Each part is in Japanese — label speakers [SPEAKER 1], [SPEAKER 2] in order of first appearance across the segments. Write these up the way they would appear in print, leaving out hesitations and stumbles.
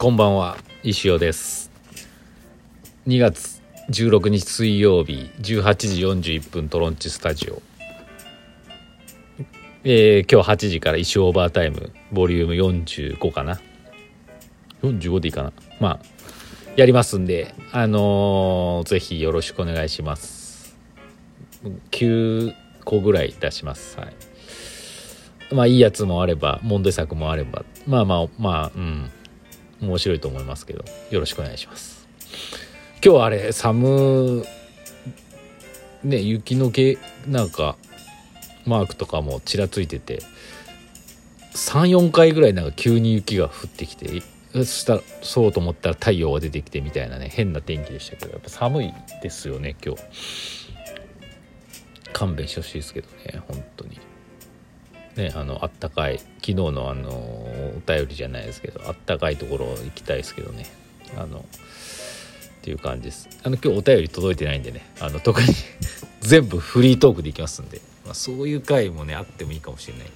[SPEAKER 1] こんばんは、石尾です。2月16日水曜日18時41分トロンチスタジオ、今日8時から石尾オーバータイムボリューム45かな、45でいいかな、まあやりますんで、ぜひよろしくお願いします。9個ぐらい出します。はい。まあいいやつもあれば問題作もあれば、まあ面白いと思いますけど、よろしくお願いします。今日はあれ雪のなんかマークとかもちらついてて 3,4 回ぐらいなんか急に雪が降ってきて、そうと思ったら太陽が出てきてみたいなね、変な天気でしたけど、やっぱ寒いですよね今日。勘弁してほしいですけどね、本当にね。あったかい、昨日のお便りじゃないですけど、あったかいところ行きたいですけどね、っていう感じです。今日お便り届いてないんでね、特に全部フリートークでいきますんで、そういう回もねあってもいいかもしれない。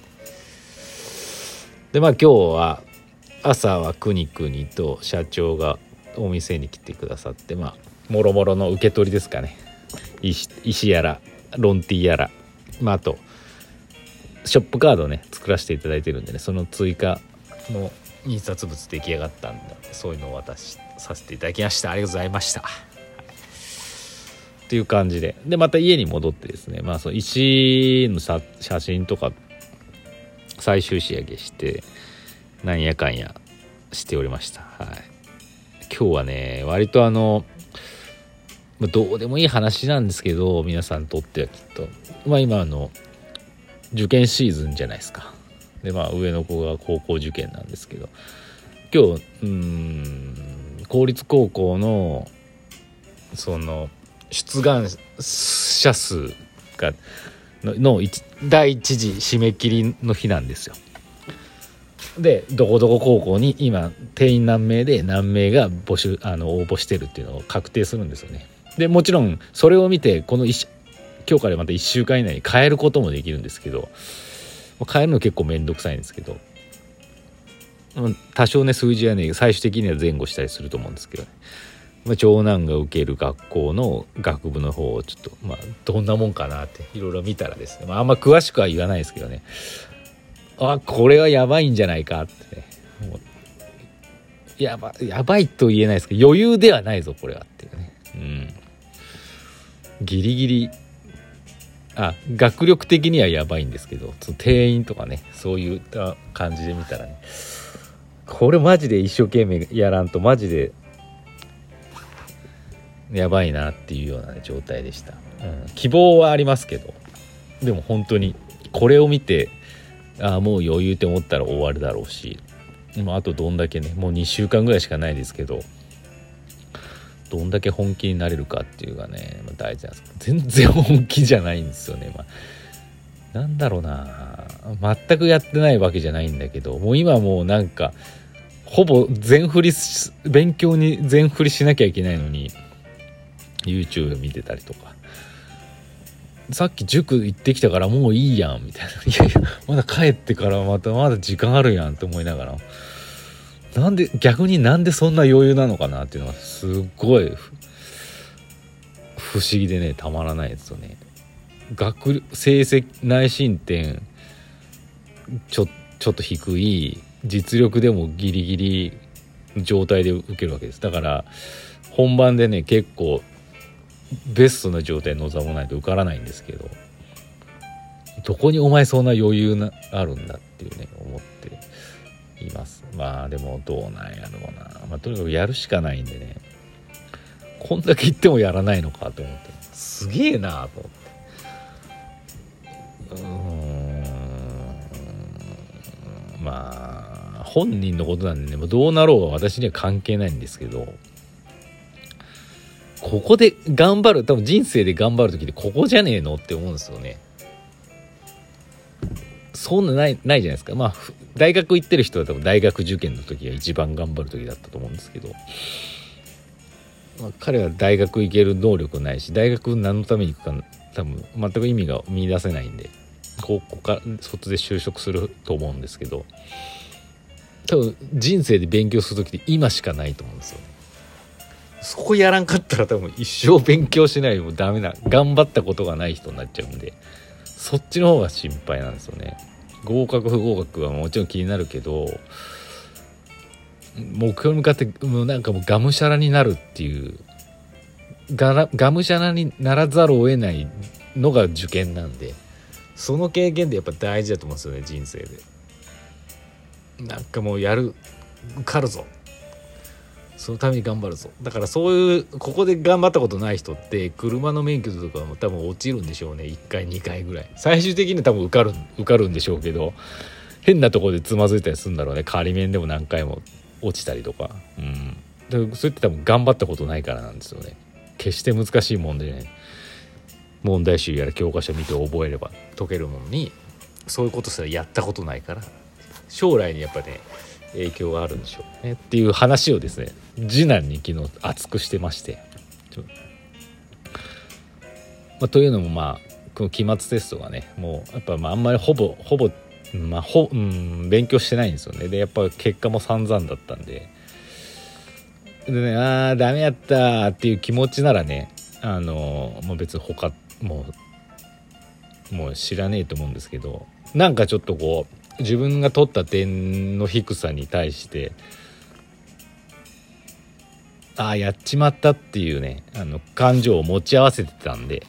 [SPEAKER 1] で今日は朝はくにくにと社長がお店に来てくださって、もろもろの受け取りですかね、石やらロンティーやら、あとショップカードをね作らせていただいてるんでね、その追加の印刷物出来上がったんで、そういうのを渡させていただきました。ありがとうございました、っていう感じで、また家に戻ってですね、その石の写真とか最終仕上げしてなんやかんやしておりました。はい。今日はね割とどうでもいい話なんですけど、皆さんにとってはきっと今受験シーズンじゃないですか。で上の子が高校受験なんですけど、今日公立高校のその出願者数がの第一次締め切りの日なんですよ。でどこどこ高校に今定員何名で何名が応募してるっていうのを確定するんですよね。でもちろんそれを見て今日からまた1週間以内に変えることもできるんですけど、変えるの結構めんどくさいんですけど、多少ね数字はね最終的には前後したりすると思うんですけどね、長男が受ける学校の学部の方をちょっとどんなもんかなっていろいろ見たらですね、あんま詳しくは言わないですけどね、これはやばいんじゃないかってね、もうやばいと言えないですけど余裕ではないぞこれはっていうね、ギリギリ学力的にはやばいんですけど、その定員とかねそういった感じで見たらね、これマジで一生懸命やらんとマジでやばいなっていうような、状態でした。希望はありますけど、でも本当にこれを見てもう余裕って思ったら終わるだろうし、あとどんだけね、もう2週間ぐらいしかないですけど、どんだけ本気になれるかっていうかね、大事なんですけど、全然本気じゃないんですよね。なんだろうな、全くやってないわけじゃないんだけど、もう今もうなんかほぼ勉強に全振りしなきゃいけないのに YouTube 見てたりとか、さっき塾行ってきたからもういいやんみたいな、いやまだ帰ってからまだ時間あるやんって思いながら、逆になんでそんな余裕なのかなっていうのがすっごい不思議でね、たまらないですよね。成績内申点ちょっと低い、実力でもギリギリ状態で受けるわけです。だから本番でね結構ベストな状態で臨まないと受からないんですけど、どこにお前そんな余裕あるんだっていうね思っています。でもどうなんやろうな、とにかくやるしかないんでね、こんだけ言ってもやらないのかと思って、すげえなと思って、本人のことなんでね、どうなろうが私には関係ないんですけど、ここで頑張る、多分人生で頑張る時ってここじゃねえのって思うんですよね。そんなないじゃないですか。大学行ってる人は多分大学受験の時が一番頑張る時だったと思うんですけど、彼は大学行ける能力ないし、大学何のために行くか多分全く意味が見出せないんで、ここから卒で就職すると思うんですけど、 多分人生で勉強する時って今しかないと思うんですよね。そこやらんかったら多分一生勉強しないでもダメな、頑張ったことがない人になっちゃうんで、そっちの方が心配なんですよね。合格不合格はもちろん気になるけど、目標に向かってもうなんかもうがむしゃらになるっていう、がむしゃらにならざるを得ないのが受験なんで、その経験でやっぱ大事だと思うんですよね、人生で。なんかもう受かるぞ、そのために頑張るぞ。だからそういうここで頑張ったことない人って車の免許とかも多分落ちるんでしょうね。1回2回ぐらい、最終的に多分受かるんでしょうけど、変なところでつまずいたりするんだろうね。仮免でも何回も落ちたりとか、だからそれって多分頑張ったことないからなんですよね。決して難しい問題じゃない。問題集やら教科書見て覚えれば解けるものに、そういうことすらやったことないから、将来にやっぱね影響があるんでしょうねっていう話をですね、次男に昨日熱くしてまして、というのもこの期末テストがね、もうやっぱあんまりほぼ勉強してないんですよね。でやっぱ結果も散々だったんで、ね、ダメやったっていう気持ちならね、もう別にもう知らねえと思うんですけど、なんかちょっとこう自分が取った点の低さに対してやっちまったっていうね、感情を持ち合わせてたんで、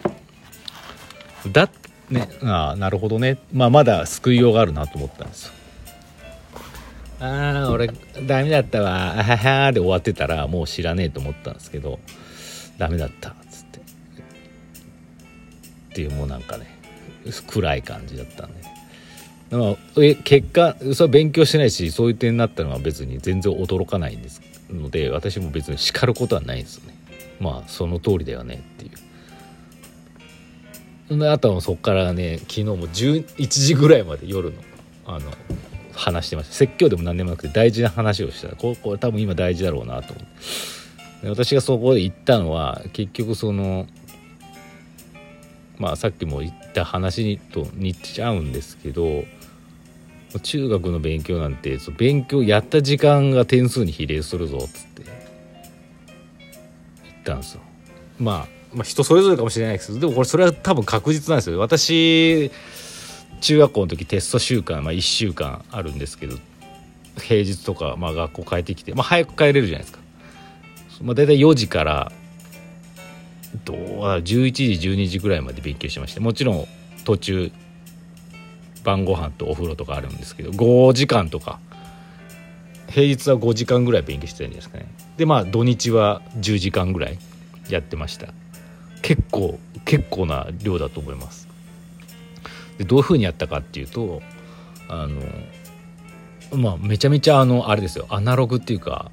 [SPEAKER 1] なるほどね、まだ救いようがあるなと思ったんですよ。俺ダメだったわあははで終わってたらもう知らねえと思ったんですけど、ダメだったっつっていう、もうなんかね暗い感じだったんで、結果それは勉強してないし、そういう点になったのは別に全然驚かないんですので、私も別に叱ることはないんですよね。その通りだよねっていう。であとはそこからね、昨日も11時ぐらいまで夜の話してました。説教でも何でもなくて大事な話をしたら、これ多分今大事だろうなと思って、私がそこで言ったのは結局そのさっきも言った話と似ちゃうんですけど、中学の勉強なんて勉強やった時間が点数に比例するぞっつって言ったんですよ。人それぞれかもしれないですけど、でもそれは多分確実なんですよ。私中学校の時テスト週間、1週間あるんですけど、平日とか、学校帰ってきて、早く帰れるじゃないですか。だいたい4時から11時12時ぐらいまで勉強してまして、もちろん途中晩ご飯とお風呂とかあるんですけど、5時間とか、平日は5時間ぐらい勉強してたんじゃないですかね。で土日は10時間ぐらいやってました。結構な量だと思います。でどういう風にやったかっていうと、めちゃめちゃあれですよ、アナログっていうか、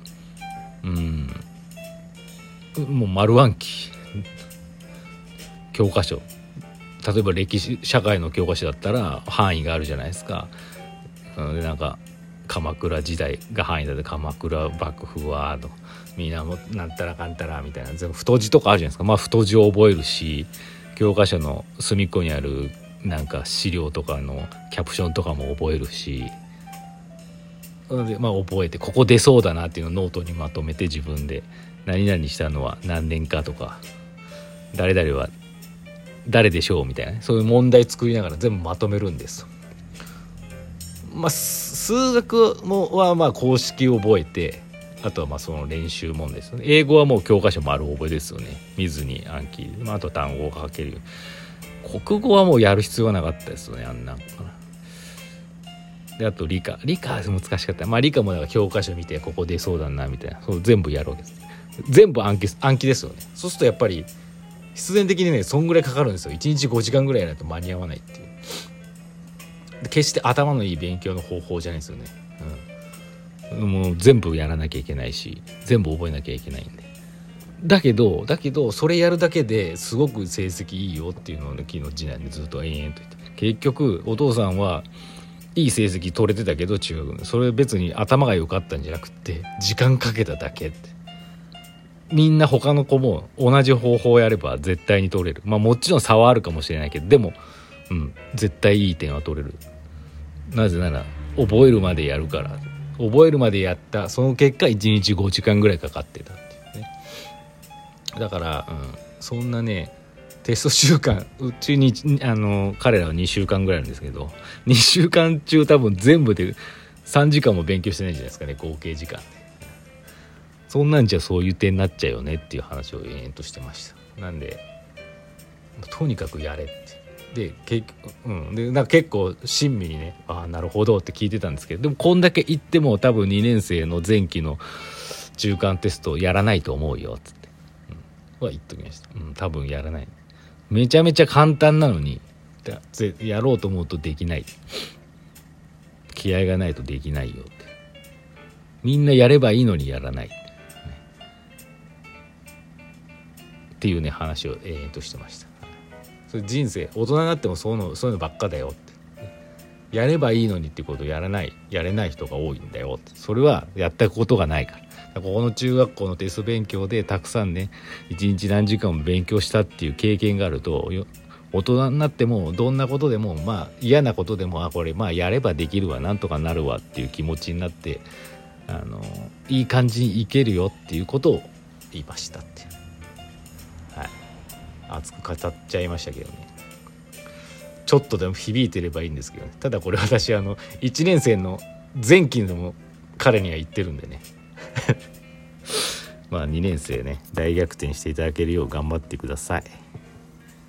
[SPEAKER 1] もう丸暗記、教科書、例えば歴史社会の教科書だったら範囲があるじゃないですか。でなんか鎌倉時代が範囲だって、鎌倉幕府はと源なんたらかんたらみたいな、全部太字とかあるじゃないですか。太字を覚えるし、教科書の隅っこにあるなんか資料とかのキャプションとかも覚えるし、で覚えて、ここ出そうだなっていうのをノートにまとめて、自分で何々したのは何年かとか、誰々は誰でしょうみたいな、そういう問題作りながら全部まとめるんです。数学は公式を覚えて、あとはその練習問題ですよね。英語はもう教科書丸覚えですよね。見ずに暗記、あと単語を書ける。国語はもうやる必要はなかったですよね。であと理科は難しかった。理科もだから教科書見てここ出そうだなみたいな、そう全部やるわけです。全部暗記ですよね。そうするとやっぱり必然的にね、そんぐらいかかるんですよ。1日5時間ぐらいやないと間に合わないっていう。決して頭のいい勉強の方法じゃないですよね。もう全部やらなきゃいけないし、全部覚えなきゃいけないんで。だけどそれやるだけですごく成績いいよっていうのをね、昨日次男にずっと延々と言って、結局お父さんはいい成績取れてたけど、中学それ別に頭が良かったんじゃなくて時間かけただけって。みんな他の子も同じ方法をやれば絶対に取れる。もちろん差はあるかもしれないけど、でも絶対いい点は取れる。なぜなら覚えるまでやるから、 覚えるまでやったその結果1日5時間ぐらいかかってたっていうね。だから、そんなねテスト週間うちに彼らは2週間ぐらいあるんですけど、2週間中多分全部で3時間も勉強してないんじゃないですかね、合計時間で。そんなんじゃそういう点になっちゃうよねっていう話を延々としてました。なんでとにかくやれってでなんか結構親身にね、なるほどって聞いてたんですけど、でもこんだけ言っても多分2年生の前期の中間テストをやらないと思うよっつって、は言っときました。多分やらない。めちゃめちゃ簡単なのにやろうと思うとできない、気合がないとできないよって、みんなやればいいのにやらない、っていうね話を延々としてました。それ人生大人になってもそういうのばっかだよって、やればいいのにってことをやれない人が多いんだよって、それはやったことがないから。ここの中学校のテスト勉強でたくさんね一日何時間も勉強したっていう経験があると、大人になってもどんなことでも嫌なことでもこれやればできるわ、なんとかなるわっていう気持ちになって、いい感じにいけるよっていうことを言いましたっていう、熱く語っちゃいましたけどね。ちょっとでも響いてればいいんですけどね。ただこれ私1年生の前期でも彼には言ってるんでね2年生ね大逆転していただけるよう頑張ってください。